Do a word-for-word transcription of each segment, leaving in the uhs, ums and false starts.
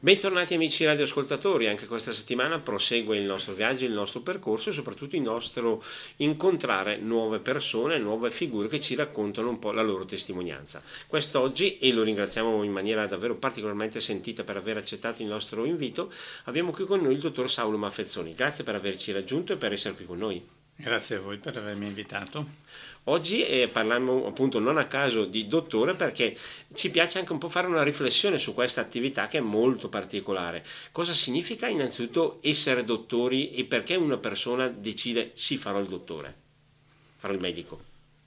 Bentornati amici radioascoltatori, anche questa settimana prosegue il nostro viaggio, il nostro percorso e soprattutto il nostro incontrare nuove persone, nuove figure che ci raccontano un po' la loro testimonianza. Quest'oggi, e lo ringraziamo in maniera davvero particolarmente sentita per aver accettato il nostro invito, abbiamo qui con noi il dottor Saulo Maffezzoni. Grazie per averci raggiunto e per essere qui con noi. Grazie a voi per avermi invitato. Oggi eh, parliamo appunto non a caso di dottore perché ci piace anche un po' fare una riflessione su questa attività che è molto particolare. Cosa significa innanzitutto essere dottori e perché una persona decide sì farò il dottore, farò il medico?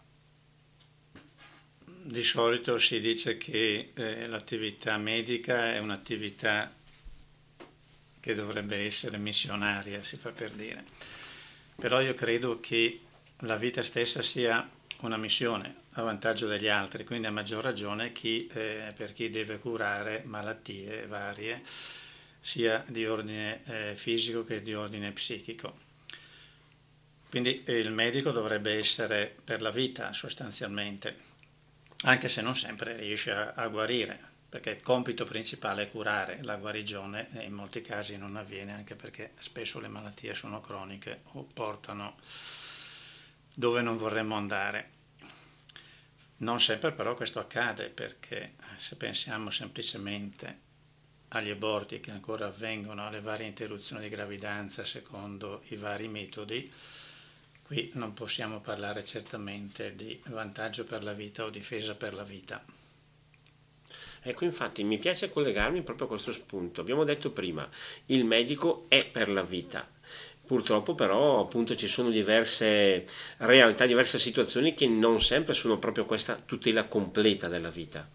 Di solito si dice che eh, l'attività medica è un'attività che dovrebbe essere missionaria, si fa per dire. Però io credo che la vita stessa sia una missione a vantaggio degli altri, quindi a maggior ragione chi, eh, per chi deve curare malattie varie, sia di ordine eh, fisico che di ordine psichico. Quindi eh, il medico dovrebbe essere per la vita sostanzialmente, anche se non sempre riesce a, a guarire, perché il compito principale è curare, la guarigione e in molti casi non avviene, anche perché spesso le malattie sono croniche o portano dove non vorremmo andare. Non sempre però questo accade, perché se pensiamo semplicemente agli aborti che ancora avvengono, alle varie interruzioni di gravidanza secondo i vari metodi, qui non possiamo parlare certamente di vantaggio per la vita o difesa per la vita. Ecco, infatti mi piace collegarmi proprio a questo spunto. Abbiamo detto prima, il medico è per la vita. Purtroppo però appunto ci sono diverse realtà, diverse situazioni che non sempre sono proprio questa tutela completa della vita.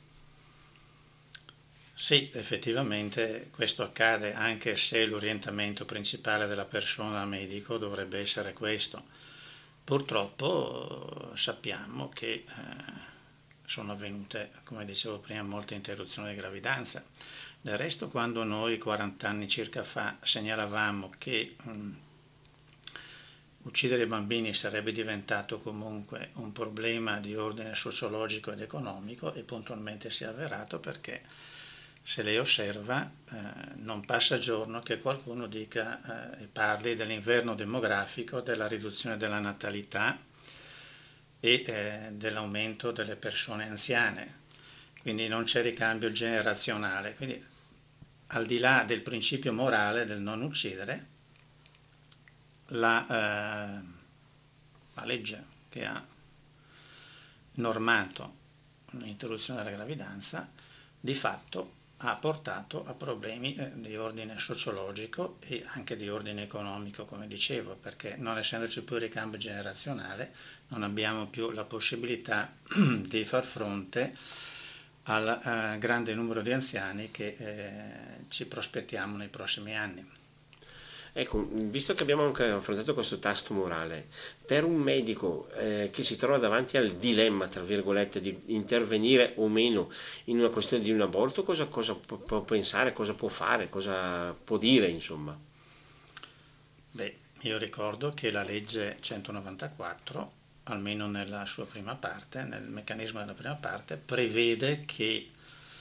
Sì, effettivamente questo accade, anche se l'orientamento principale della persona medico dovrebbe essere questo. Purtroppo sappiamo che eh, sono avvenute, come dicevo prima, molte interruzioni di gravidanza. Del resto, quando noi quaranta anni circa fa segnalavamo che mh, uccidere i bambini sarebbe diventato comunque un problema di ordine sociologico ed economico, e puntualmente si è avverato, perché se lei osserva eh, non passa giorno che qualcuno dica e eh, parli dell'inverno demografico, della riduzione della natalità e eh, dell'aumento delle persone anziane, quindi non c'è ricambio generazionale. Quindi al di là del principio morale del non uccidere, La, eh, la legge che ha normato l'interruzione della gravidanza di fatto ha portato a problemi eh, di ordine sociologico e anche di ordine economico, come dicevo, perché non essendoci più ricambio generazionale non abbiamo più la possibilità di far fronte al eh, grande numero di anziani che eh, ci prospettiamo nei prossimi anni. Ecco, visto che abbiamo anche affrontato questo tasto morale, per un medico eh, che si trova davanti al dilemma, tra virgolette, di intervenire o meno in una questione di un aborto, cosa, cosa può, può pensare, cosa può fare, cosa può dire, insomma? Beh, io ricordo che la legge centonovantaquattro, almeno nella sua prima parte, nel meccanismo della prima parte, prevede che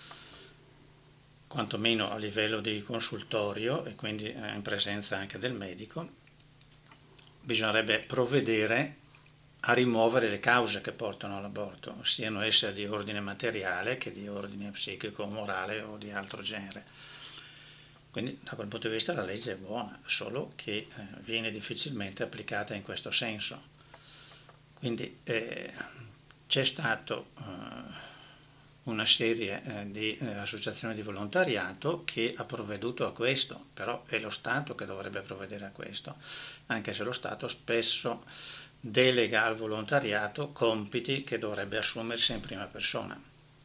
quantomeno a livello di consultorio e quindi in presenza anche del medico, bisognerebbe provvedere a rimuovere le cause che portano all'aborto, siano esse di ordine materiale che di ordine psichico, morale o di altro genere. Quindi da quel punto di vista la legge è buona, solo che eh, viene difficilmente applicata in questo senso. Quindi eh, c'è stato eh, una serie eh, di eh, associazioni di volontariato che ha provveduto a questo, però è lo Stato che dovrebbe provvedere a questo, anche se lo Stato spesso delega al volontariato compiti che dovrebbe assumersi in prima persona.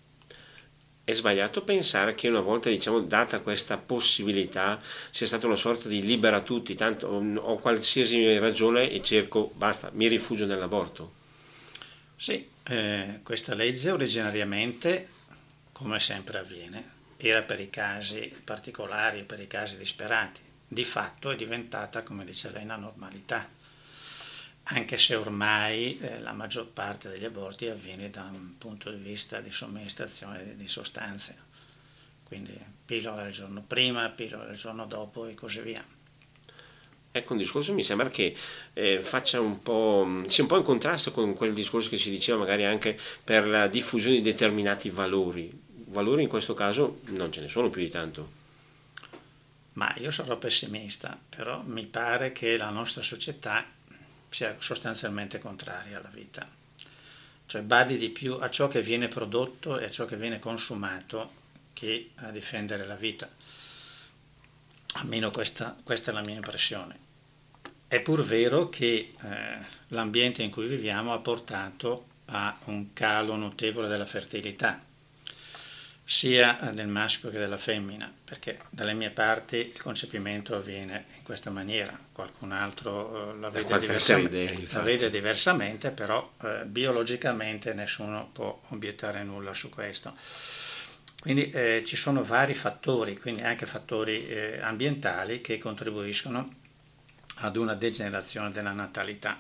È sbagliato pensare che una volta, diciamo, data questa possibilità sia stata una sorta di libera tutti, tanto ho qualsiasi ragione e cerco, basta, mi rifugio nell'aborto. Sì, eh, questa legge originariamente, come sempre avviene, era per i casi particolari, per i casi disperati. Di fatto è diventata, come dice lei, una normalità, anche se ormai eh, la maggior parte degli aborti avviene da un punto di vista di somministrazione di sostanze. quindi pillola il giorno prima, pillola il giorno dopo e così via. Ecco, un discorso mi sembra che eh, faccia un po', sia un po' in contrasto con quel discorso che si diceva magari anche per la diffusione di determinati valori. Valori in questo caso non ce ne sono più di tanto. Ma io sarò pessimista, però mi pare che la nostra società sia sostanzialmente contraria alla vita. Cioè badi di più a ciò che viene prodotto e a ciò che viene consumato che a difendere la vita. Almeno questa, questa è la mia impressione. È pur vero che eh, l'ambiente in cui viviamo ha portato a un calo notevole della fertilità, sia del maschio che della femmina, perché dalle mie parti il concepimento avviene in questa maniera, qualcun altro eh, la, vede diversamente, idee, la vede diversamente, però eh, biologicamente nessuno può obiettare nulla su questo. Quindi eh, ci sono vari fattori, quindi anche fattori eh, ambientali che contribuiscono ad una degenerazione della natalità.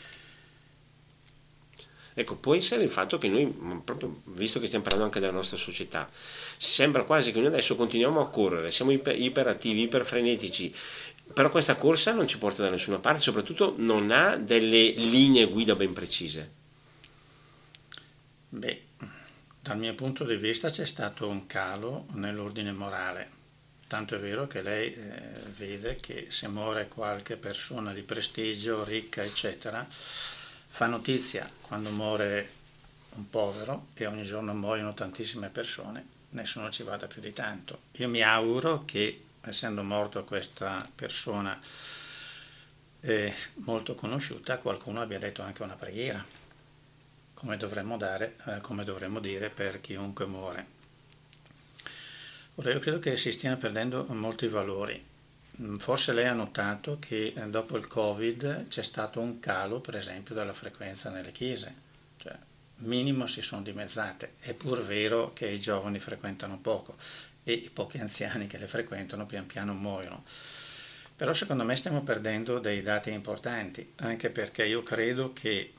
Ecco, può essere il fatto che noi, proprio visto che stiamo parlando anche della nostra società, sembra quasi che noi adesso continuiamo a correre, siamo iper, iperattivi, iperfrenetici, però questa corsa non ci porta da nessuna parte, soprattutto non ha delle linee guida ben precise. Beh, dal mio punto di vista c'è stato un calo nell'ordine morale, tanto è vero che lei eh, vede che se muore qualche persona di prestigio, ricca, eccetera, fa notizia quando muore un povero e ogni giorno muoiono tantissime persone, nessuno ci vada più di tanto. Io mi auguro che, essendo morto questa persona eh, molto conosciuta, qualcuno abbia detto anche una preghiera, come dovremmo, dare, eh, come dovremmo dire per chiunque muore. Ora io credo che si stiano perdendo molti valori. Forse lei ha notato che dopo il Covid c'è stato un calo, per esempio, della frequenza nelle chiese, cioè minimo si sono dimezzate. È pur vero che i giovani frequentano poco e i pochi anziani che le frequentano pian piano muoiono. Però secondo me stiamo perdendo dei dati importanti, anche perché io credo che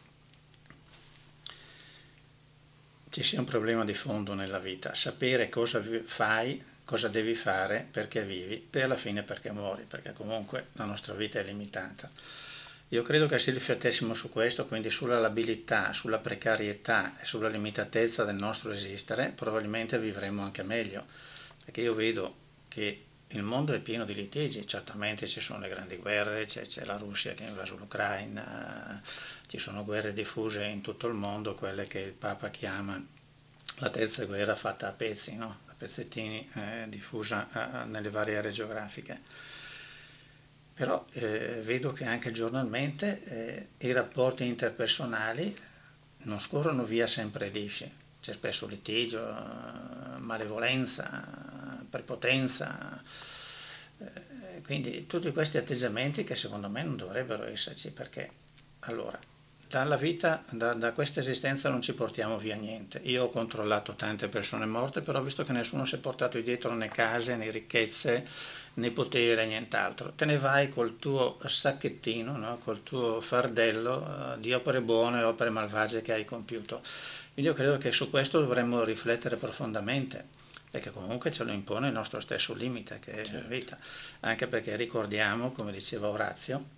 ci sia un problema di fondo nella vita, sapere cosa fai, cosa devi fare, perché vivi e alla fine perché muori, perché comunque la nostra vita è limitata. Io credo che se riflettessimo su questo, quindi sulla labilità, sulla precarietà e sulla limitatezza del nostro esistere, probabilmente vivremmo anche meglio, perché io vedo che il mondo è pieno di litigi, certamente ci sono le grandi guerre, c'è, c'è la Russia che ha invaso l'Ucraina, ci sono guerre diffuse in tutto il mondo, quelle che il Papa chiama la terza guerra fatta a pezzi, no? A pezzettini, eh, diffusa eh, nelle varie aree geografiche. Però eh, vedo che anche giornalmente eh, i rapporti interpersonali non scorrono via sempre lisci, c'è spesso litigio, eh, malevolenza, prepotenza, eh, quindi tutti questi atteggiamenti che secondo me non dovrebbero esserci, perché allora dalla vita, da, da questa esistenza non ci portiamo via niente. Io ho controllato tante persone morte, però ho visto che nessuno si è portato dietro né case, né ricchezze, né potere, nient'altro. Te ne vai col tuo sacchettino, no? Col tuo fardello uh, di opere buone e opere malvagie che hai compiuto. Quindi io credo che su questo dovremmo riflettere profondamente, perché comunque ce lo impone il nostro stesso limite, che è la vita. Anche perché ricordiamo, come diceva Orazio,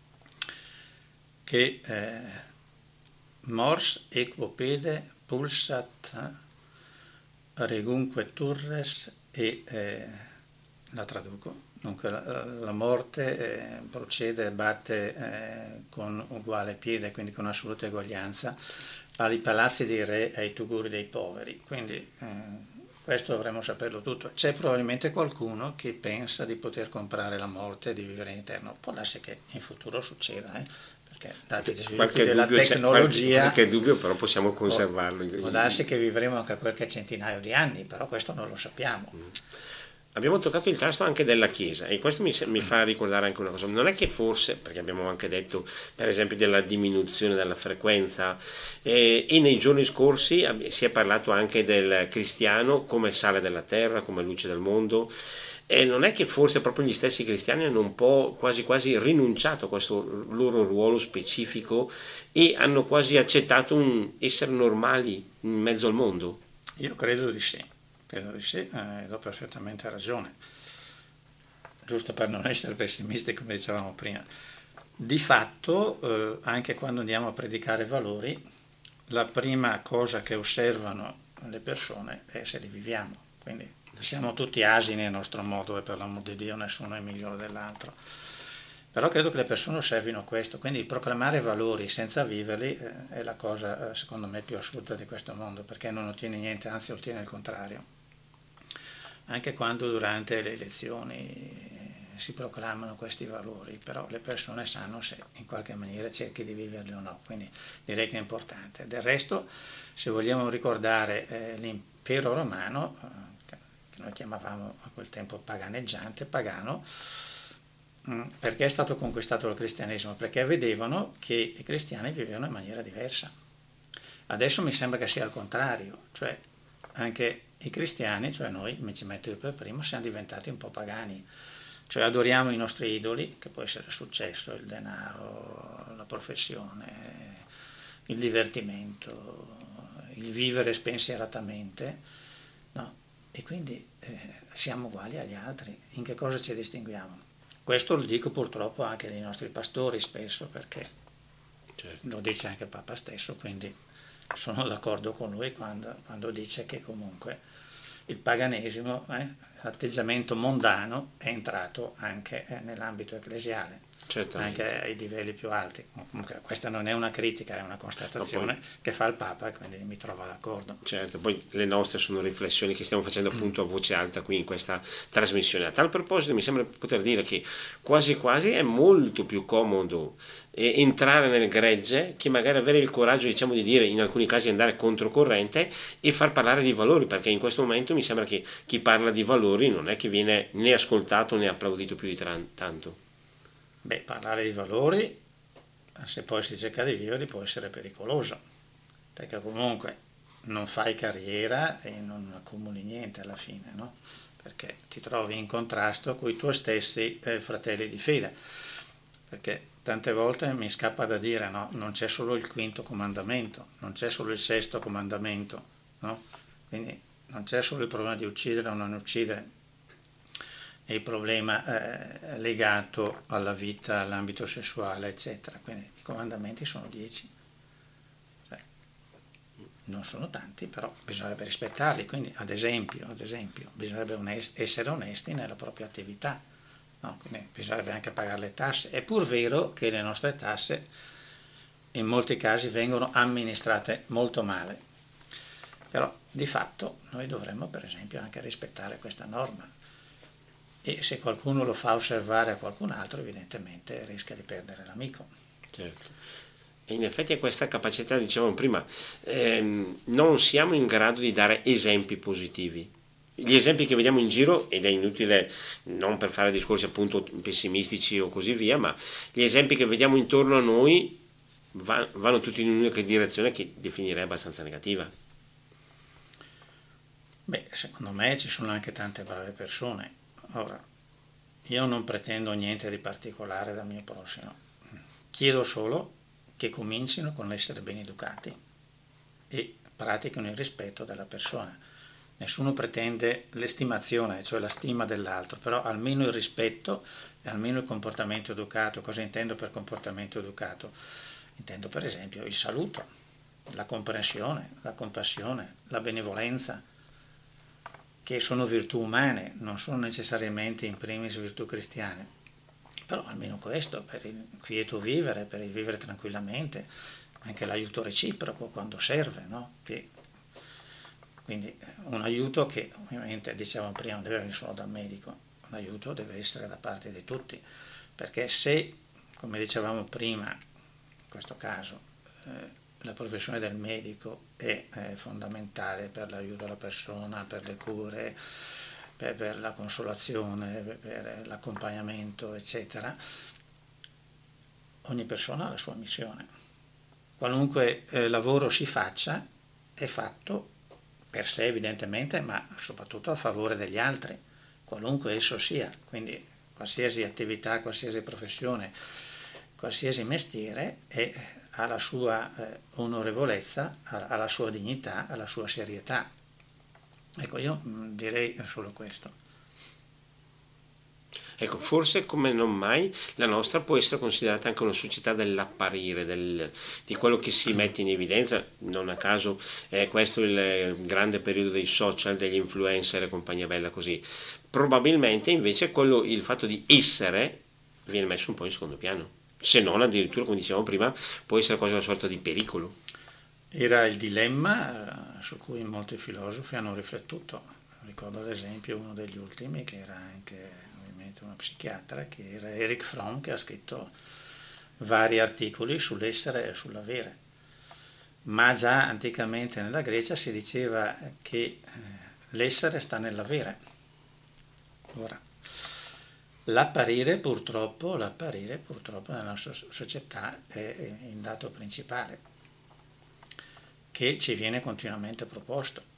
che eh, mors equopede pulsat regunque turres e eh, la traduco, dunque la, la morte eh, procede e batte eh, con uguale piede, quindi con assoluta eguaglianza, ai palazzi dei re e ai tuguri dei poveri, quindi eh, questo dovremmo saperlo tutto. C'è probabilmente qualcuno che pensa di poter comprare la morte e di vivere in eterno, può darsi che in futuro succeda, eh? Perché dati gli sviluppi della tecnologia, qualche, qualche dubbio però possiamo conservarlo. Può, può darsi che vivremo anche qualche centinaio di anni, però questo non lo sappiamo. Mm. Abbiamo toccato il tasto anche della Chiesa e questo mi, mi fa ricordare anche una cosa, non è che forse, perché abbiamo anche detto per esempio della diminuzione della frequenza eh, e nei giorni scorsi si è parlato anche del cristiano come sale della terra, come luce del mondo. E non è che forse proprio gli stessi cristiani hanno un po' quasi quasi rinunciato a questo loro ruolo specifico e hanno quasi accettato un essere normali in mezzo al mondo? Io credo di sì, Credo di sì, eh, do perfettamente ragione. Giusto per non essere pessimisti, come dicevamo prima. Di fatto, eh, anche quando andiamo a predicare valori, la prima cosa che osservano le persone è se li viviamo. Quindi siamo tutti asini a nostro modo e per l'amor di Dio nessuno è migliore dell'altro. Però credo che le persone osservino questo, quindi proclamare valori senza viverli eh, è la cosa, eh, secondo me, più assurda di questo mondo, perché non ottiene niente, anzi ottiene il contrario. Anche quando durante le elezioni si proclamano questi valori, però le persone sanno se in qualche maniera cerchi di viverli o no, quindi direi che è importante. Del resto, se vogliamo ricordare eh, l'impero romano, eh, che noi chiamavamo a quel tempo paganeggiante, pagano, mh, perché è stato conquistato dal cristianesimo? Perché vedevano che i cristiani vivevano in maniera diversa. Adesso mi sembra che sia il contrario, cioè anche i cristiani, cioè noi, mi ci metto io per primo, siamo diventati un po' pagani. Cioè adoriamo i nostri idoli, che può essere il successo, il denaro, la professione, il divertimento, il vivere spensieratamente, no? E quindi eh, siamo uguali agli altri. In che cosa ci distinguiamo? Questo lo dico purtroppo anche dei nostri pastori spesso, perché certo. Lo dice anche il Papa stesso, quindi sono d'accordo con lui quando, quando dice che comunque il paganesimo, eh, l'atteggiamento mondano è entrato anche eh, nell'ambito ecclesiale, certamente. Anche ai livelli più alti. Comunque, questa non è una critica, è una constatazione poi, che fa il Papa e quindi mi trova d'accordo. Certo, poi le nostre sono riflessioni che stiamo facendo appunto a voce alta qui in questa trasmissione. A tal proposito mi sembra poter dire che quasi quasi è molto più comodo eh, entrare nel gregge che magari avere il coraggio, diciamo, di dire, in alcuni casi andare controcorrente e far parlare di valori, perché in questo momento mi sembra che chi parla di valori non è che viene né ascoltato né applaudito più di tran- tanto. Beh, parlare di valori, se poi si cerca di viverli, può essere pericoloso, perché comunque non fai carriera e non accumuli niente alla fine, no? Perché ti trovi in contrasto con i tuoi stessi eh, fratelli di fede, perché tante volte mi scappa da dire, no, non c'è solo il quinto comandamento, non c'è solo il sesto comandamento, no? Quindi non c'è solo il problema di uccidere o non uccidere, è il problema eh, legato alla vita, all'ambito sessuale, eccetera. Quindi i comandamenti sono dieci. Cioè, non sono tanti, però bisognerebbe rispettarli. Quindi, ad esempio, ad esempio bisognerebbe onest- essere onesti nella propria attività. No? Quindi bisognerebbe anche pagare le tasse. È pur vero che le nostre tasse in molti casi vengono amministrate molto male. Però, di fatto, noi dovremmo, per esempio, anche rispettare questa norma. E se qualcuno lo fa osservare a qualcun altro, evidentemente rischia di perdere l'amico. Certo. E in effetti è questa capacità, dicevamo prima, ehm, non siamo in grado di dare esempi positivi. Gli esempi che vediamo in giro, ed è inutile non per fare discorsi appunto pessimistici o così via, ma gli esempi che vediamo intorno a noi va, vanno tutti in un'unica direzione che definirei abbastanza negativa. Beh, secondo me ci sono anche tante brave persone. Ora, io non pretendo niente di particolare dal mio prossimo, chiedo solo che comincino con l'essere ben educati e pratichino il rispetto della persona. Nessuno pretende l'estimazione, cioè la stima dell'altro, però almeno il rispetto e almeno il comportamento educato. Cosa intendo per comportamento educato? Intendo per esempio il saluto, la comprensione, la compassione, la benevolenza, che sono virtù umane, non sono necessariamente in primis virtù cristiane, però almeno questo, per il quieto vivere, per il vivere tranquillamente, anche l'aiuto reciproco quando serve, no? Che, quindi un aiuto che ovviamente, dicevamo prima, non deve venire solo dal medico, un aiuto deve essere da parte di tutti, perché se, come dicevamo prima, in questo caso, eh, la professione del medico è eh, fondamentale per l'aiuto alla persona, per le cure, per, per la consolazione, per, per l'accompagnamento, eccetera. Ogni persona ha la sua missione. Qualunque eh, lavoro si faccia è fatto per sé evidentemente, ma soprattutto a favore degli altri, qualunque esso sia. Quindi qualsiasi attività, qualsiasi professione, qualsiasi mestiere è ha la sua eh, onorevolezza, ha, ha la sua dignità, ha la sua serietà. Ecco, io direi solo questo. Ecco, forse come non mai la nostra può essere considerata anche una società dell'apparire, del, di quello che si mette in evidenza. Non a caso è questo il grande periodo dei social, degli influencer e compagnia bella così. Probabilmente invece quello, il fatto di essere viene messo un po' in secondo piano, se non addirittura, come dicevamo prima, può essere quasi una sorta di pericolo. Era il dilemma su cui molti filosofi hanno riflettuto. Ricordo ad esempio uno degli ultimi che era anche uno psichiatra, che era Erich Fromm, che ha scritto vari articoli sull'essere e sull'avere. Ma già anticamente nella Grecia si diceva che l'essere sta nell'avere. Ora, l'apparire purtroppo, l'apparire purtroppo nella nostra società è il dato principale che ci viene continuamente proposto.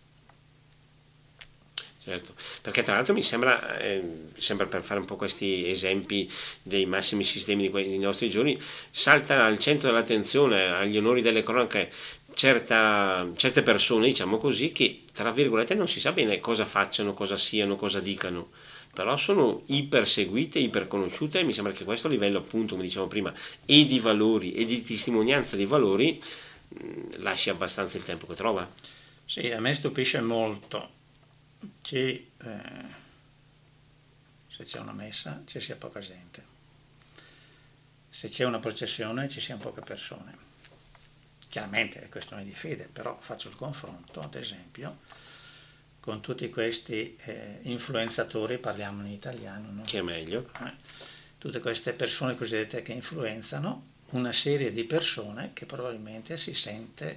Certo, perché tra l'altro mi sembra, eh, sempre per fare un po' questi esempi dei massimi sistemi di quei, dei nostri giorni, salta al centro dell'attenzione, agli onori delle cronache, certa, certe persone, diciamo così, che tra virgolette non si sa bene cosa facciano, cosa siano, cosa dicano, però sono iper seguite, iper conosciute, e mi sembra che questo livello, appunto, come dicevamo prima, e di valori e di testimonianza di valori mh, lasci abbastanza il tempo che trova. Sì, a me stupisce molto che eh, se c'è una messa ci sia poca gente, se c'è una processione ci siano poche persone. Chiaramente è questione di fede, però faccio il confronto, ad esempio, con tutti questi eh, influenzatori, parliamo in italiano, no? Che è meglio. Eh, tutte queste persone cosiddette che influenzano una serie di persone che probabilmente si sente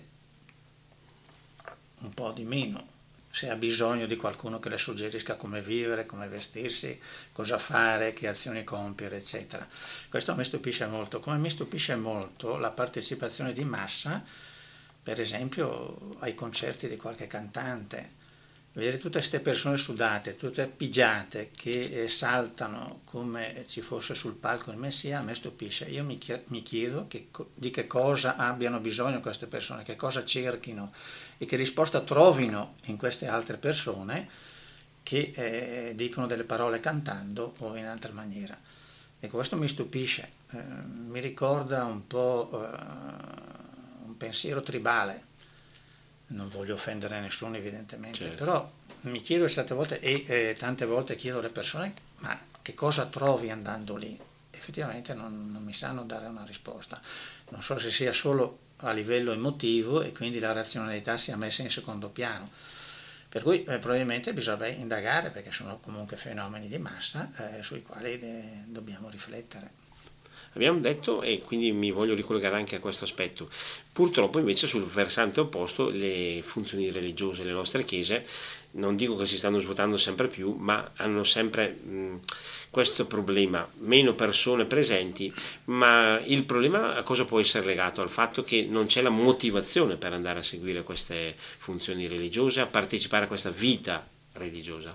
un po' di meno, se ha bisogno di qualcuno che le suggerisca come vivere, come vestirsi, cosa fare, che azioni compiere, eccetera. Questo mi stupisce molto, come mi stupisce molto la partecipazione di massa, per esempio ai concerti di qualche cantante. Vedere tutte queste persone sudate, tutte pigiate, che saltano come ci fosse sul palco il Messia, a me stupisce. Io mi chiedo che, di che cosa abbiano bisogno queste persone, che cosa cerchino e che risposta trovino in queste altre persone che eh, dicono delle parole cantando o in altra maniera. Ecco, questo mi stupisce, eh, mi ricorda un po' eh, un pensiero tribale. Non voglio offendere nessuno evidentemente, certo. Però mi chiedo certe volte e eh, tante volte chiedo alle persone ma che cosa trovi andando lì? Effettivamente non, non mi sanno dare una risposta, non so se sia solo a livello emotivo e quindi la razionalità sia messa in secondo piano, per cui eh, probabilmente bisogna indagare perché sono comunque fenomeni di massa eh, sui quali de- dobbiamo riflettere. Abbiamo detto, e quindi mi voglio ricollegare anche a questo aspetto, purtroppo invece sul versante opposto le funzioni religiose, le nostre chiese, non dico che si stanno svuotando sempre più, ma hanno sempre mh, questo problema, meno persone presenti, ma il problema a cosa può essere legato? Al fatto che non c'è la motivazione per andare a seguire queste funzioni religiose, a partecipare a questa vita religiosa.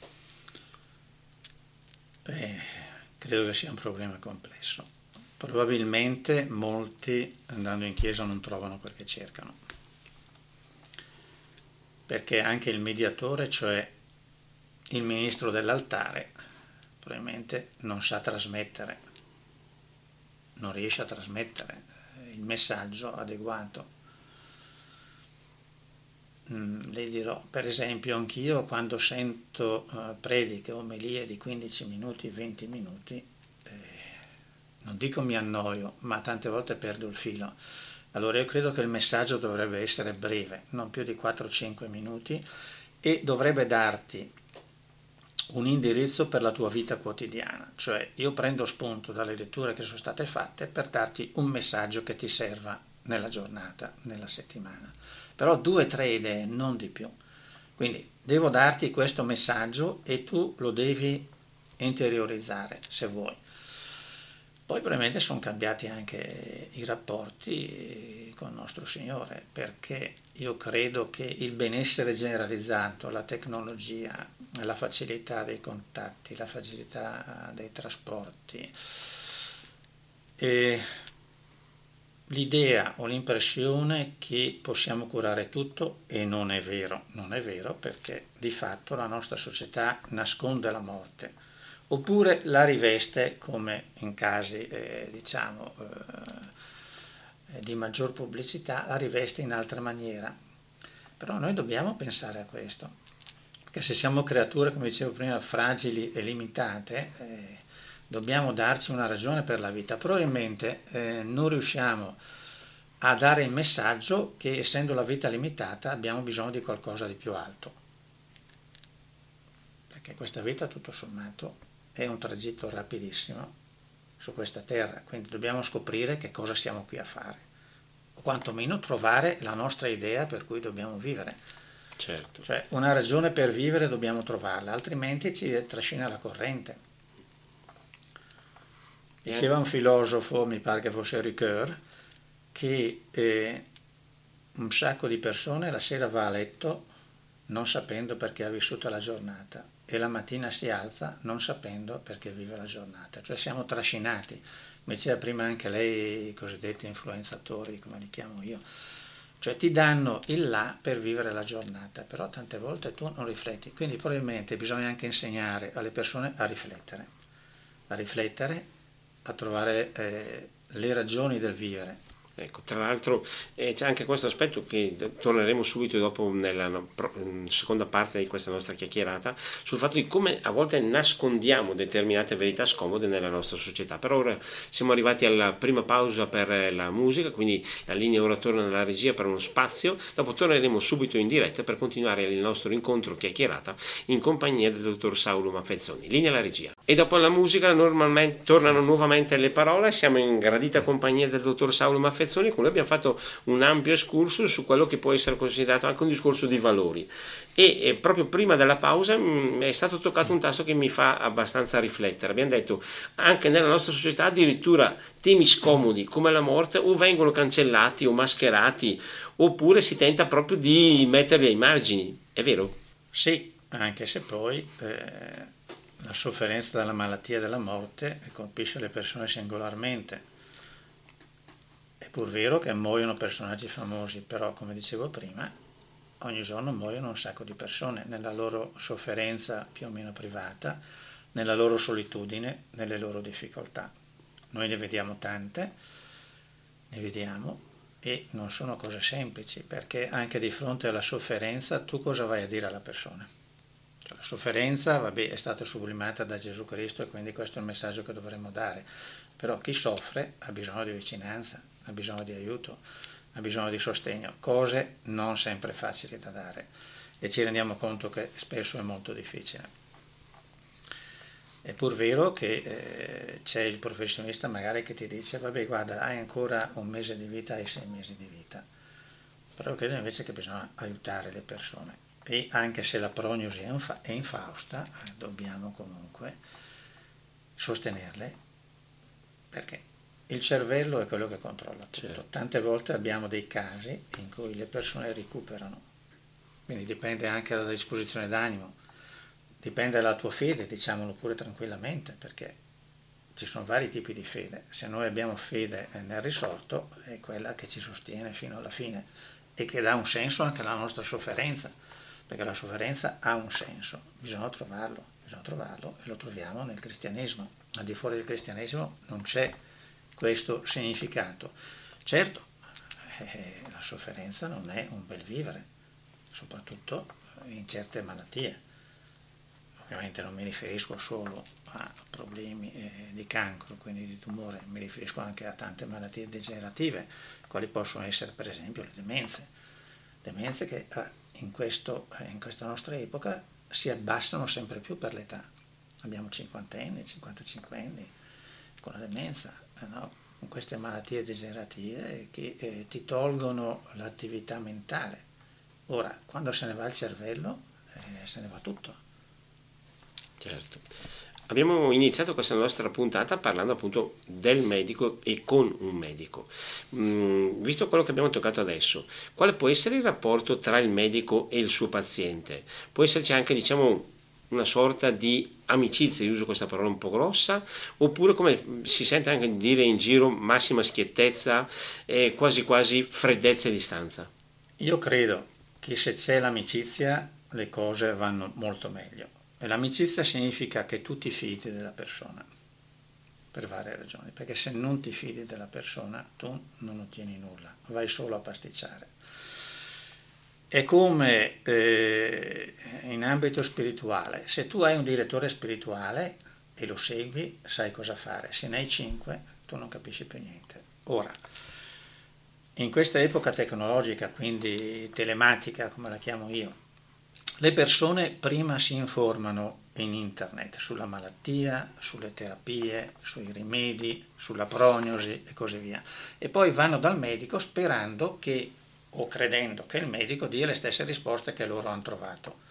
Eh, credo che sia un problema complesso. Probabilmente molti andando in chiesa non trovano quel che cercano, perché anche il mediatore, cioè il ministro dell'altare, probabilmente non sa trasmettere, non riesce a trasmettere il messaggio adeguato. Mm, le dirò, per esempio, anch'io quando sento uh, prediche o omelie di quindici minuti, venti minuti, eh, non dico mi annoio, ma tante volte perdo il filo. Allora io credo che il messaggio dovrebbe essere breve, non più di quattro cinque minuti, e dovrebbe darti un indirizzo per la tua vita quotidiana. Cioè io prendo spunto dalle letture che sono state fatte per darti un messaggio che ti serva nella giornata, nella settimana. Però due o tre idee, non di più. Quindi devo darti questo messaggio e tu lo devi interiorizzare se vuoi. Poi probabilmente sono cambiati anche i rapporti con il nostro Signore, perché io credo che il benessere generalizzato, la tecnologia, la facilità dei contatti, la facilità dei trasporti, e l'idea o l'impressione che possiamo curare tutto, e non è vero, non è vero, perché di fatto la nostra società nasconde la morte, oppure la riveste, come in casi eh, diciamo eh, di maggior pubblicità, la riveste in altra maniera. Però noi dobbiamo pensare a questo, che se siamo creature, come dicevo prima, fragili e limitate, eh, dobbiamo darci una ragione per la vita. Probabilmente eh, non riusciamo a dare il messaggio che, essendo la vita limitata, abbiamo bisogno di qualcosa di più alto. Perché questa vita, tutto sommato, è un tragitto rapidissimo su questa terra, quindi dobbiamo scoprire che cosa siamo qui a fare, o quantomeno trovare la nostra idea per cui dobbiamo vivere. Certo. Cioè, una ragione per vivere dobbiamo trovarla, altrimenti ci trascina la corrente. Diceva un filosofo, mi pare che fosse Ricoeur, che eh, un sacco di persone la sera va a letto non sapendo perché ha vissuto la giornata e la mattina si alza non sapendo perché vive la giornata. Cioè siamo trascinati, come diceva prima anche lei, i cosiddetti influenzatori, come li chiamo io, cioè ti danno il là per vivere la giornata, però tante volte tu non rifletti, quindi probabilmente bisogna anche insegnare alle persone a riflettere, a riflettere, a trovare eh, le ragioni del vivere. Ecco, tra l'altro eh, c'è anche questo aspetto che torneremo subito dopo nella no, pro, seconda parte di questa nostra chiacchierata, sul fatto di come a volte nascondiamo determinate verità scomode nella nostra società. Per ora siamo arrivati alla prima pausa per la musica, quindi la linea ora torna nella regia per uno spazio, dopo torneremo subito in diretta per continuare il nostro incontro chiacchierata in compagnia del dottor Saulo Maffezzoni. Linea alla regia. E dopo la musica normalmente tornano nuovamente le parole, siamo in gradita compagnia del dottor Saulo Maffezzoni, con cui abbiamo fatto un ampio excursus su quello che può essere considerato anche un discorso di valori. E, e proprio prima della pausa mh, è stato toccato un tasto che mi fa abbastanza riflettere. Abbiamo detto anche nella nostra società addirittura temi scomodi come la morte o vengono cancellati o mascherati, oppure si tenta proprio di metterli ai margini. È vero? Sì, anche se poi eh, la sofferenza della malattia e della morte colpisce le persone singolarmente. È pur vero che muoiono personaggi famosi, però come dicevo prima, ogni giorno muoiono un sacco di persone nella loro sofferenza più o meno privata, nella loro solitudine, nelle loro difficoltà. Noi ne vediamo tante, ne vediamo, e non sono cose semplici, perché anche di fronte alla sofferenza tu cosa vai a dire alla persona? Cioè, la sofferenza, vabbè, è stata sublimata da Gesù Cristo e quindi questo è il messaggio che dovremmo dare, però chi soffre ha bisogno di vicinanza, ha bisogno di aiuto, ha bisogno di sostegno, cose non sempre facili da dare e ci rendiamo conto che spesso è molto difficile. È pur vero che eh, c'è il professionista magari che ti dice vabbè guarda hai ancora un mese di vita, hai sei mesi di vita, però credo invece che bisogna aiutare le persone e anche se la prognosi è, infa- è infausta eh, dobbiamo comunque sostenerle, perché il cervello è quello che controlla tutto. Certo. Tante volte abbiamo dei casi in cui le persone recuperano, quindi dipende anche dalla disposizione d'animo, dipende dalla tua fede, diciamolo pure tranquillamente, perché ci sono vari tipi di fede. Se noi abbiamo fede nel risorto è quella che ci sostiene fino alla fine e che dà un senso anche alla nostra sofferenza, perché la sofferenza ha un senso, bisogna trovarlo, bisogna trovarlo e lo troviamo nel cristianesimo. Al di fuori del cristianesimo non c'è questo significato. Certo, eh, la sofferenza non è un bel vivere, soprattutto in certe malattie. Ovviamente non mi riferisco solo a problemi eh, di cancro, quindi di tumore, mi riferisco anche a tante malattie degenerative, quali possono essere per esempio le demenze. Demenze che eh, in, questo, eh, in questa nostra epoca si abbassano sempre più per l'età. Abbiamo cinquantenni, cinquantacinquenni con la demenza, eh, no? Con queste malattie degenerative che eh, ti tolgono l'attività mentale. Ora, quando se ne va il cervello, eh, se ne va tutto. Certo. Abbiamo iniziato questa nostra puntata parlando appunto del medico e con un medico. Mm, visto quello che abbiamo toccato adesso, quale può essere il rapporto tra il medico e il suo paziente? Può esserci anche, diciamo, una sorta di amicizia, io uso questa parola un po' grossa, oppure, come si sente anche dire in giro, massima schiettezza e quasi quasi freddezza e distanza? Io credo che se c'è l'amicizia le cose vanno molto meglio, e l'amicizia significa che tu ti fidi della persona per varie ragioni, perché se non ti fidi della persona tu non ottieni nulla, vai solo a pasticciare. È come eh, in ambito spirituale, se tu hai un direttore spirituale e lo segui, sai cosa fare, se ne hai cinque tu non capisci più niente. Ora, in questa epoca tecnologica, quindi telematica come la chiamo io, le persone prima si informano in internet sulla malattia, sulle terapie, sui rimedi, sulla prognosi e così via, e poi vanno dal medico sperando che o credendo che il medico dia le stesse risposte che loro hanno trovato.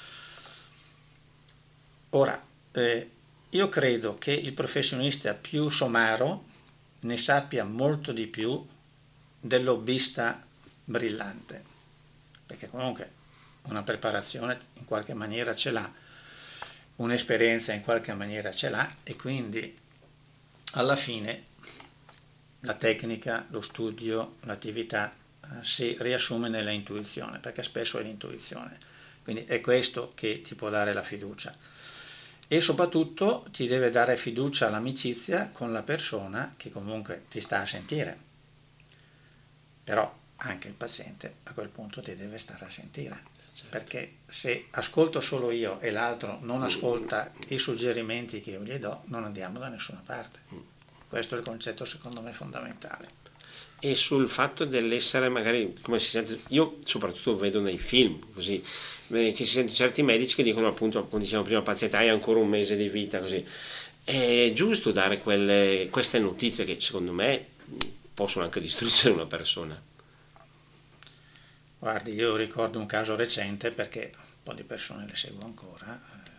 Ora, eh, io credo che il professionista più somaro ne sappia molto di più del lobbista brillante, perché comunque una preparazione in qualche maniera ce l'ha, un'esperienza in qualche maniera ce l'ha, e quindi alla fine la tecnica, lo studio, l'attività si riassume nella intuizione, perché spesso è l'intuizione, quindi è questo che ti può dare la fiducia, e soprattutto ti deve dare fiducia l'amicizia con la persona che comunque ti sta a sentire, però anche il paziente a quel punto ti deve stare a sentire, perché se ascolto solo io e l'altro non ascolta i suggerimenti che io gli do, non andiamo da nessuna parte. Questo è il concetto secondo me fondamentale. E sul fatto dell'essere magari, come si sente, io soprattutto vedo nei film così, che si sente certi medici che dicono, appunto, come dicevamo prima, paziente, hai ancora un mese di vita, così. È giusto dare quelle, queste notizie che secondo me possono anche distruggere una persona. Guardi, io ricordo un caso recente, perché un po' di persone le seguo ancora,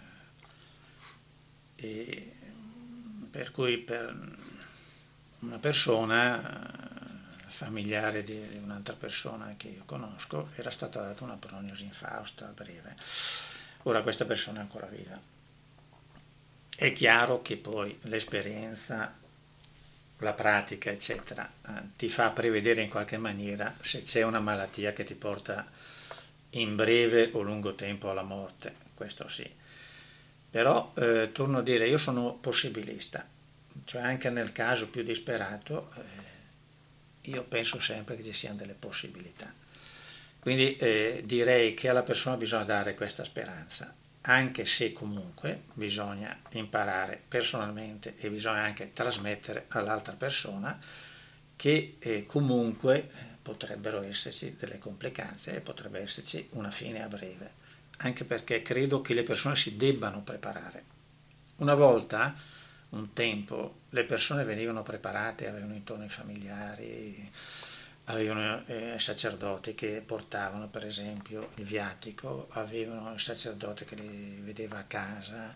e per cui per una persona familiare di un'altra persona che io conosco era stata data una prognosi infausta a breve. Ora questa persona è ancora viva. È chiaro che poi l'esperienza, la pratica eccetera eh, ti fa prevedere in qualche maniera se c'è una malattia che ti porta in breve o lungo tempo alla morte, questo sì. Però eh, torno a dire, io sono possibilista, cioè anche nel caso più disperato eh, io penso sempre che ci siano delle possibilità, quindi eh, direi che alla persona bisogna dare questa speranza, anche se comunque bisogna imparare personalmente e bisogna anche trasmettere all'altra persona che eh, comunque potrebbero esserci delle complicanze e potrebbe esserci una fine a breve, anche perché credo che le persone si debbano preparare. Una volta, un tempo, le persone venivano preparate, avevano intorno i familiari, avevano eh, sacerdoti che portavano per esempio il viatico, avevano il sacerdote che li vedeva a casa,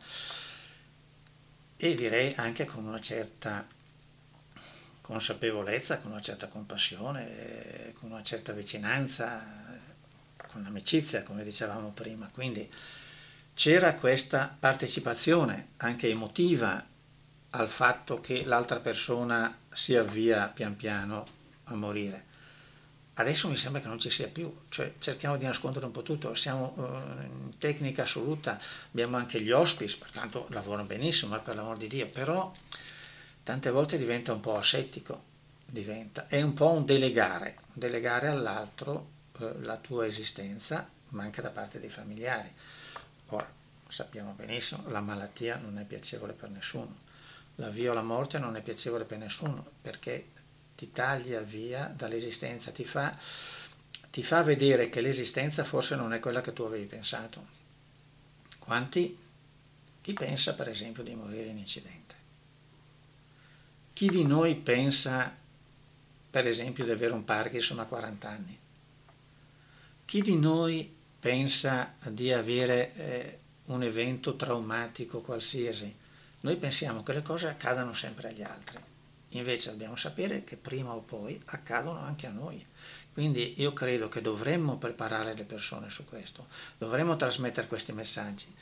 e direi anche con una certa consapevolezza, con una certa compassione, con una certa vicinanza, con amicizia, come dicevamo prima. Quindi c'era questa partecipazione anche emotiva al fatto che l'altra persona si avvia pian piano a morire. Adesso mi sembra che non ci sia più, cioè cerchiamo di nascondere un po' tutto, siamo uh, in tecnica assoluta, abbiamo anche gli hospice, pertanto lavorano benissimo, eh, per l'amor di Dio, però tante volte diventa un po' asettico, diventa, è un po' un delegare, delegare all'altro uh, la tua esistenza, ma anche da parte dei familiari. Ora, sappiamo benissimo, la malattia non è piacevole per nessuno, l'avvio alla morte non è piacevole per nessuno, perché ti taglia via dall'esistenza, ti fa, ti fa vedere che l'esistenza forse non è quella che tu avevi pensato. Quanti? Chi pensa per esempio di morire in incidente? Chi di noi pensa per esempio di avere un Parkinson a quaranta anni? Chi di noi pensa di avere eh, un evento traumatico qualsiasi? Noi pensiamo che le cose accadano sempre agli altri. Invece dobbiamo sapere che prima o poi accadono anche a noi. Quindi io credo che dovremmo preparare le persone su questo, dovremmo trasmettere questi messaggi,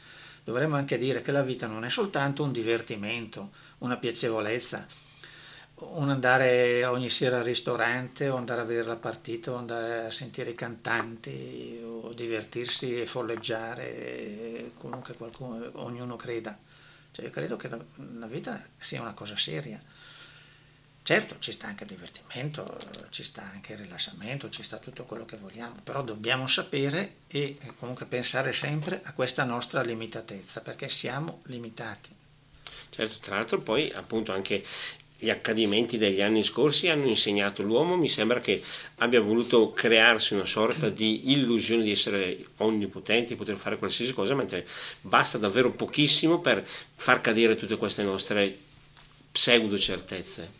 dovremmo anche dire che la vita non è soltanto un divertimento, una piacevolezza, un andare ogni sera al ristorante o andare a vedere la partita o andare a sentire i cantanti o divertirsi e folleggiare, comunque qualcuno, ognuno creda. Cioè io credo che la, la vita sia una cosa seria. Certo, ci sta anche il divertimento, ci sta anche il rilassamento, ci sta tutto quello che vogliamo, però dobbiamo sapere e comunque pensare sempre a questa nostra limitatezza, perché siamo limitati. Certo, tra l'altro poi appunto anche gli accadimenti degli anni scorsi hanno insegnato l'uomo, mi sembra che abbia voluto crearsi una sorta di illusione di essere onnipotenti, di poter fare qualsiasi cosa, mentre basta davvero pochissimo per far cadere tutte queste nostre pseudo certezze.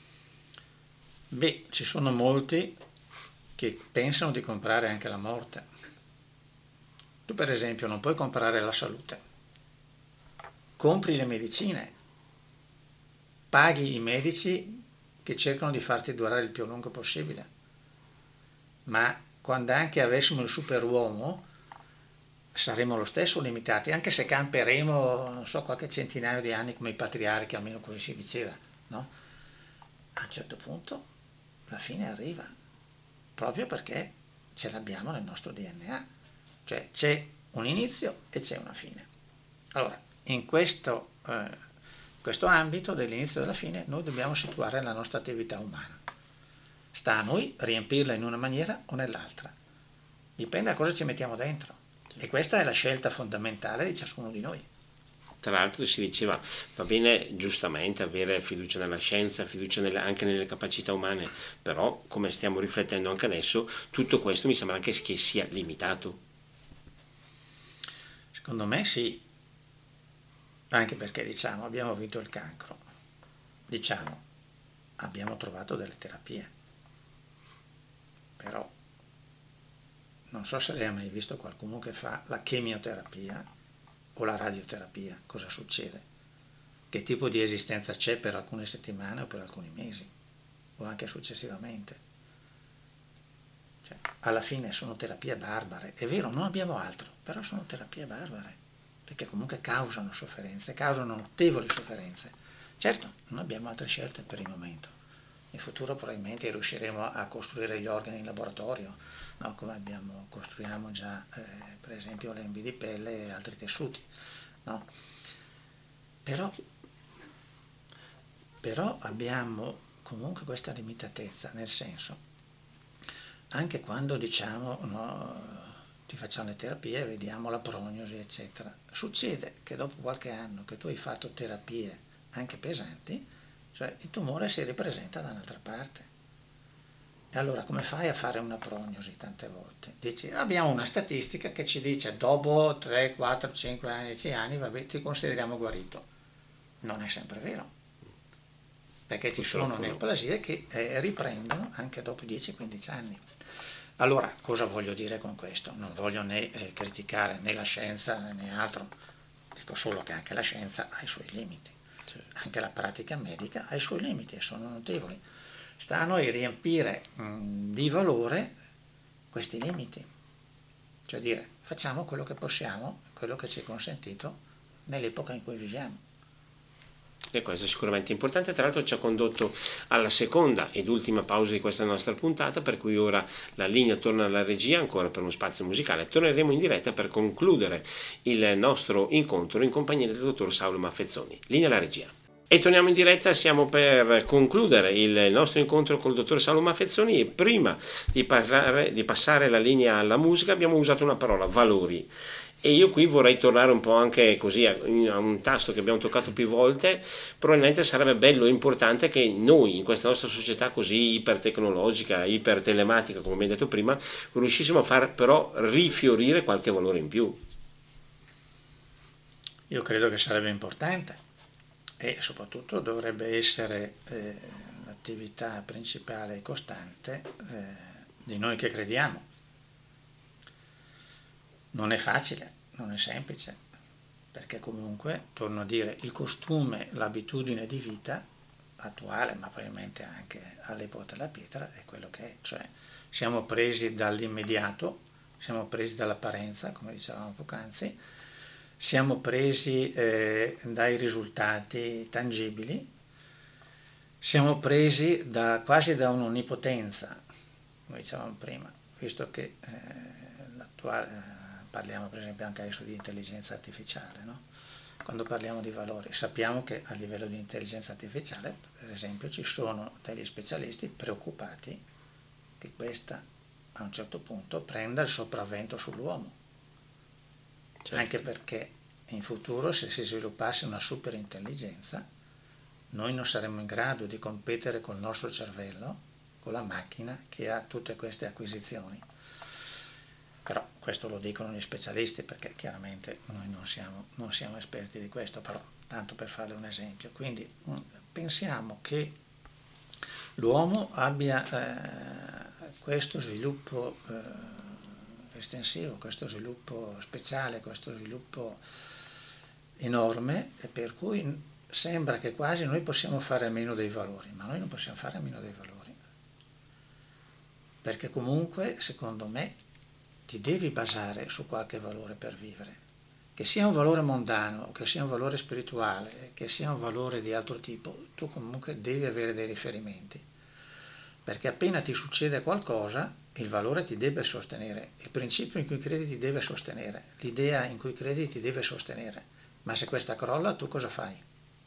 Beh, ci sono molti che pensano di comprare anche la morte. Tu per esempio non puoi comprare la salute, compri le medicine, paghi i medici che cercano di farti durare il più a lungo possibile, ma quando anche avessimo il superuomo saremo lo stesso limitati, anche se camperemo, non so, qualche centinaio di anni come i patriarchi, almeno così si diceva, no? A un certo punto la fine arriva, proprio perché ce l'abbiamo nel nostro D N A, cioè c'è un inizio e c'è una fine. Allora, in questo, eh, questo ambito dell'inizio e della fine noi dobbiamo situare la nostra attività umana. Sta a noi riempirla in una maniera o nell'altra, dipende da cosa ci mettiamo dentro, e questa è la scelta fondamentale di ciascuno di noi. Tra l'altro si diceva, va bene giustamente avere fiducia nella scienza, fiducia nelle, anche nelle capacità umane, però come stiamo riflettendo anche adesso, tutto questo mi sembra anche che sia limitato. Secondo me sì, anche perché diciamo abbiamo vinto il cancro, diciamo abbiamo trovato delle terapie, però non so se lei ha mai visto qualcuno che fa la chemioterapia o la radioterapia, cosa succede? Che tipo di esistenza c'è per alcune settimane o per alcuni mesi, o anche successivamente? Cioè, alla fine sono terapie barbare, è vero, non abbiamo altro, però sono terapie barbare, perché comunque causano sofferenze, causano notevoli sofferenze. Certo, non abbiamo altre scelte per il momento. In futuro probabilmente riusciremo a costruire gli organi in laboratorio, no? Come abbiamo, costruiamo già eh, per esempio lembi di pelle e altri tessuti, no? Però, però abbiamo comunque questa limitatezza, nel senso, anche quando diciamo no, ti facciamo le terapie, vediamo la prognosi eccetera, succede che dopo qualche anno che tu hai fatto terapie anche pesanti, cioè il tumore si ripresenta da un'altra parte. E allora come fai a fare una prognosi tante volte? Dici, abbiamo una statistica che ci dice dopo tre, quattro, cinque anni, dieci anni, vabbè, ti consideriamo guarito. Non è sempre vero, perché ci sono neoplasie che eh, riprendono anche dopo dieci quindici anni. Allora, cosa voglio dire con questo? Non voglio né eh, criticare né la scienza né altro, dico solo che anche la scienza ha i suoi limiti. Anche la pratica medica ha i suoi limiti e sono notevoli. Sta a noi riempire mh, di valore questi limiti, cioè dire facciamo quello che possiamo, quello che ci è consentito nell'epoca in cui viviamo. E questo è sicuramente importante, tra l'altro ci ha condotto alla seconda ed ultima pausa di questa nostra puntata, per cui ora la linea torna alla regia ancora per uno spazio musicale. Torneremo in diretta per concludere il nostro incontro in compagnia del dottor Saulo Maffezzoni. Linea alla regia. E torniamo in diretta, siamo per concludere il nostro incontro col dottor Saulo Maffezzoni e prima di, parlare, di passare la linea alla musica abbiamo usato una parola, valori. E io qui vorrei tornare un po' anche così a, a un tasto che abbiamo toccato più volte. Probabilmente sarebbe bello e importante che noi in questa nostra società così ipertecnologica, ipertelematica come abbiamo detto prima, riuscissimo a far però rifiorire qualche valore in più. Io credo che sarebbe importante e soprattutto dovrebbe essere eh, l'attività principale e costante eh, di noi che crediamo. Non è facile, non è semplice, perché comunque, torno a dire, il costume, l'abitudine di vita attuale, ma probabilmente anche all'epoca della pietra, è quello che è, cioè siamo presi dall'immediato, siamo presi dall'apparenza, come dicevamo poc'anzi, siamo presi eh, dai risultati tangibili, siamo presi da, quasi da un'onnipotenza, come dicevamo prima, visto che eh, l'attuale, eh, parliamo per esempio anche adesso di intelligenza artificiale, no? Quando parliamo di valori, sappiamo che a livello di intelligenza artificiale, per esempio, ci sono degli specialisti preoccupati che questa a un certo punto prenda il sopravvento sull'uomo. Certo. Anche perché in futuro, se si sviluppasse una superintelligenza, noi non saremmo in grado di competere col nostro cervello, con la macchina che ha tutte queste acquisizioni. Però questo lo dicono gli specialisti, perché chiaramente noi non siamo, non siamo esperti di questo, però tanto per farle un esempio. Quindi pensiamo che l'uomo abbia eh, questo sviluppo eh, estensivo, questo sviluppo speciale, questo sviluppo enorme, e per cui sembra che quasi noi possiamo fare a meno dei valori, ma noi non possiamo fare a meno dei valori, perché comunque, secondo me, ti devi basare su qualche valore per vivere, che sia un valore mondano, che sia un valore spirituale, che sia un valore di altro tipo, tu comunque devi avere dei riferimenti, perché appena ti succede qualcosa, il valore ti deve sostenere, il principio in cui credi ti deve sostenere, l'idea in cui credi ti deve sostenere, ma se questa crolla, tu cosa fai?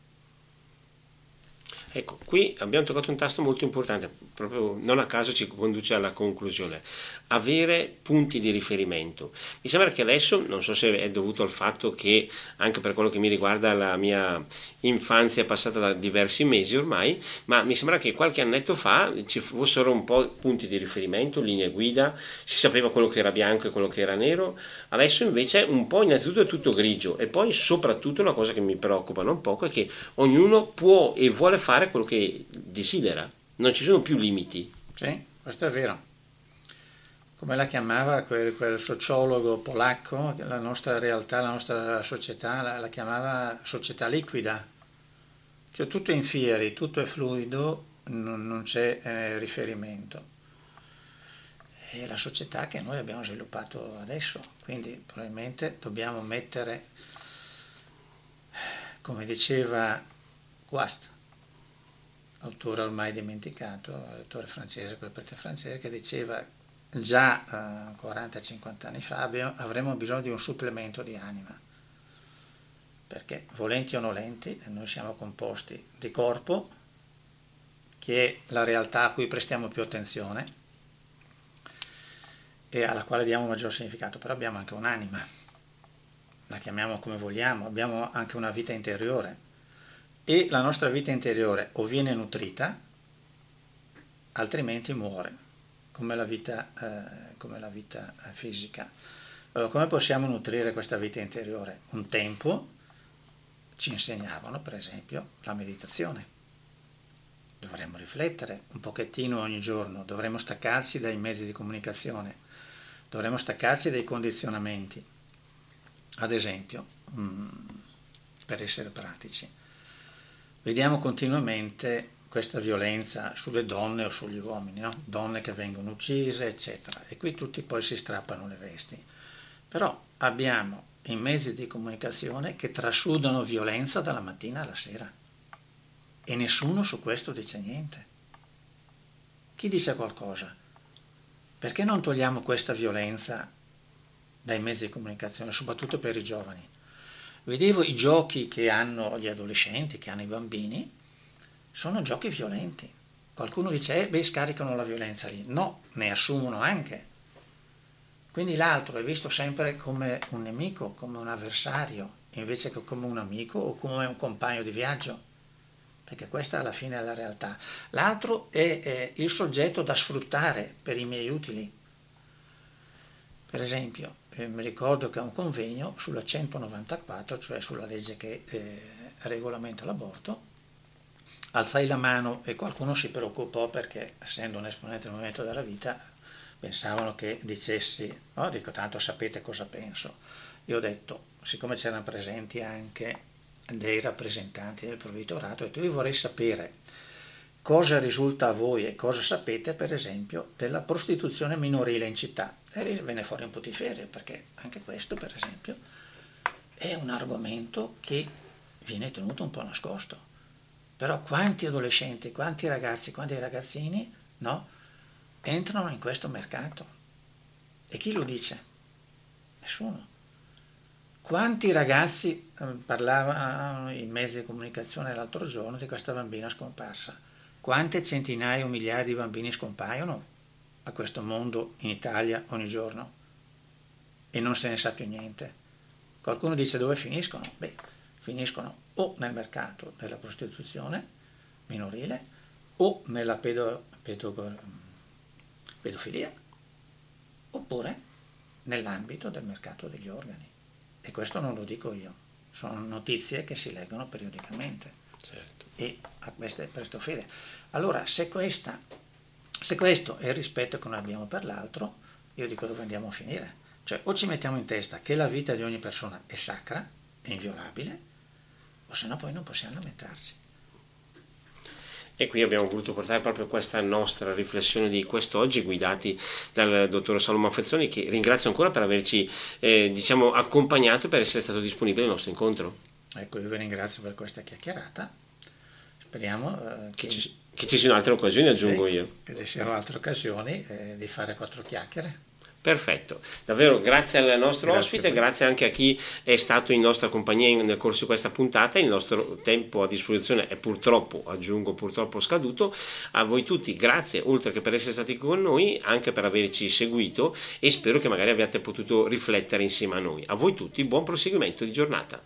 Ecco, qui abbiamo toccato un tasto molto importante, proprio non a caso ci conduce alla conclusione. Avere punti di riferimento. Mi sembra che adesso, non so se è dovuto al fatto che, anche per quello che mi riguarda, la mia infanzia è passata da diversi mesi ormai, ma mi sembra che qualche annetto fa ci fossero un po' punti di riferimento, linee guida, si sapeva quello che era bianco e quello che era nero. Adesso invece un po' innanzitutto è tutto grigio, e poi soprattutto una cosa che mi preoccupa non poco è che ognuno può e vuole fare quello che desidera, non ci sono più limiti. Sì, questo è vero. Come la chiamava quel, quel sociologo polacco, la nostra realtà, la nostra società, la, la chiamava società liquida. Cioè tutto è in fieri, tutto è fluido, non, non c'è eh, riferimento. È la società che noi abbiamo sviluppato adesso, quindi probabilmente dobbiamo mettere, come diceva Guast, autore ormai dimenticato, autore francese, quel prete francese, che diceva già eh, quaranta cinquanta anni fa abbiamo, avremo bisogno di un supplemento di anima, perché volenti o nolenti noi siamo composti di corpo, che è la realtà a cui prestiamo più attenzione e alla quale diamo maggior significato, però abbiamo anche un'anima, la chiamiamo come vogliamo, abbiamo anche una vita interiore, e la nostra vita interiore o viene nutrita, altrimenti muore, come la vita, eh, come la vita fisica. Allora, come possiamo nutrire questa vita interiore? Un tempo ci insegnavano, per esempio, la meditazione. Dovremmo riflettere un pochettino ogni giorno, dovremmo staccarci dai mezzi di comunicazione, dovremmo staccarci dai condizionamenti. Ad esempio, mh, per essere pratici, vediamo continuamente questa violenza sulle donne o sugli uomini, no? Donne che vengono uccise, eccetera. E qui tutti poi si strappano le vesti. Però abbiamo i mezzi di comunicazione che trasudano violenza dalla mattina alla sera. E nessuno su questo dice niente. Chi dice qualcosa? Perché non togliamo questa violenza dai mezzi di comunicazione, soprattutto per i giovani? Vedevo i giochi che hanno gli adolescenti, che hanno i bambini, sono giochi violenti. Qualcuno dice, eh, beh, scaricano la violenza lì. No, ne assumono anche. Quindi l'altro è visto sempre come un nemico, come un avversario, invece che come un amico o come un compagno di viaggio, perché questa alla fine è la realtà. L'altro è, è il soggetto da sfruttare per i miei utili. Per esempio, eh, mi ricordo che a un convegno sulla centonovantaquattro, cioè sulla legge che eh, regolamenta l'aborto, alzai la mano e qualcuno si preoccupò perché, essendo un esponente del Movimento della Vita, pensavano che dicessi, no, dico tanto sapete cosa penso. Io ho detto, siccome c'erano presenti anche dei rappresentanti del provveditorato, ho detto io vorrei sapere cosa risulta a voi e cosa sapete, per esempio, della prostituzione minorile in città. E venne fuori un putiferio, perché anche questo, per esempio, è un argomento che viene tenuto un po' nascosto. Però quanti adolescenti, quanti ragazzi, quanti ragazzini, no, entrano in questo mercato? E chi lo dice? Nessuno. Quanti ragazzi, eh, parlavano i mezzi di comunicazione l'altro giorno di questa bambina scomparsa? Quante centinaia o migliaia di bambini scompaiono a questo mondo in Italia ogni giorno e non se ne sa più niente? Qualcuno dice dove finiscono? Beh, finiscono o nel mercato della prostituzione minorile o nella pedo, pedo, pedofilia oppure nell'ambito del mercato degli organi. E questo non lo dico io, sono notizie che si leggono periodicamente. Certo. E a queste presto fede. Allora, se, questa, se questo è il rispetto che noi abbiamo per l'altro, io dico dove andiamo a finire? Cioè, o ci mettiamo in testa che la vita di ogni persona è sacra, è inviolabile, o se no poi non possiamo lamentarsi. E qui abbiamo voluto portare proprio questa nostra riflessione di quest'oggi, guidati dal dottor Salomon Fezzoni, che ringrazio ancora per averci eh, diciamo accompagnato e per essere stato disponibile al nostro incontro. Ecco, io vi ringrazio per questa chiacchierata, speriamo eh, che, che, ci, che ci siano altre occasioni, aggiungo sì, io. Che ci siano altre occasioni eh, di fare quattro chiacchiere. Perfetto, davvero grazie al nostro Grazie ospite, grazie anche a chi è stato in nostra compagnia nel corso di questa puntata. Il nostro tempo a disposizione è purtroppo, aggiungo purtroppo, scaduto. A voi tutti grazie, oltre che per essere stati con noi, anche per averci seguito, e spero che magari abbiate potuto riflettere insieme a noi. A voi tutti buon proseguimento di giornata.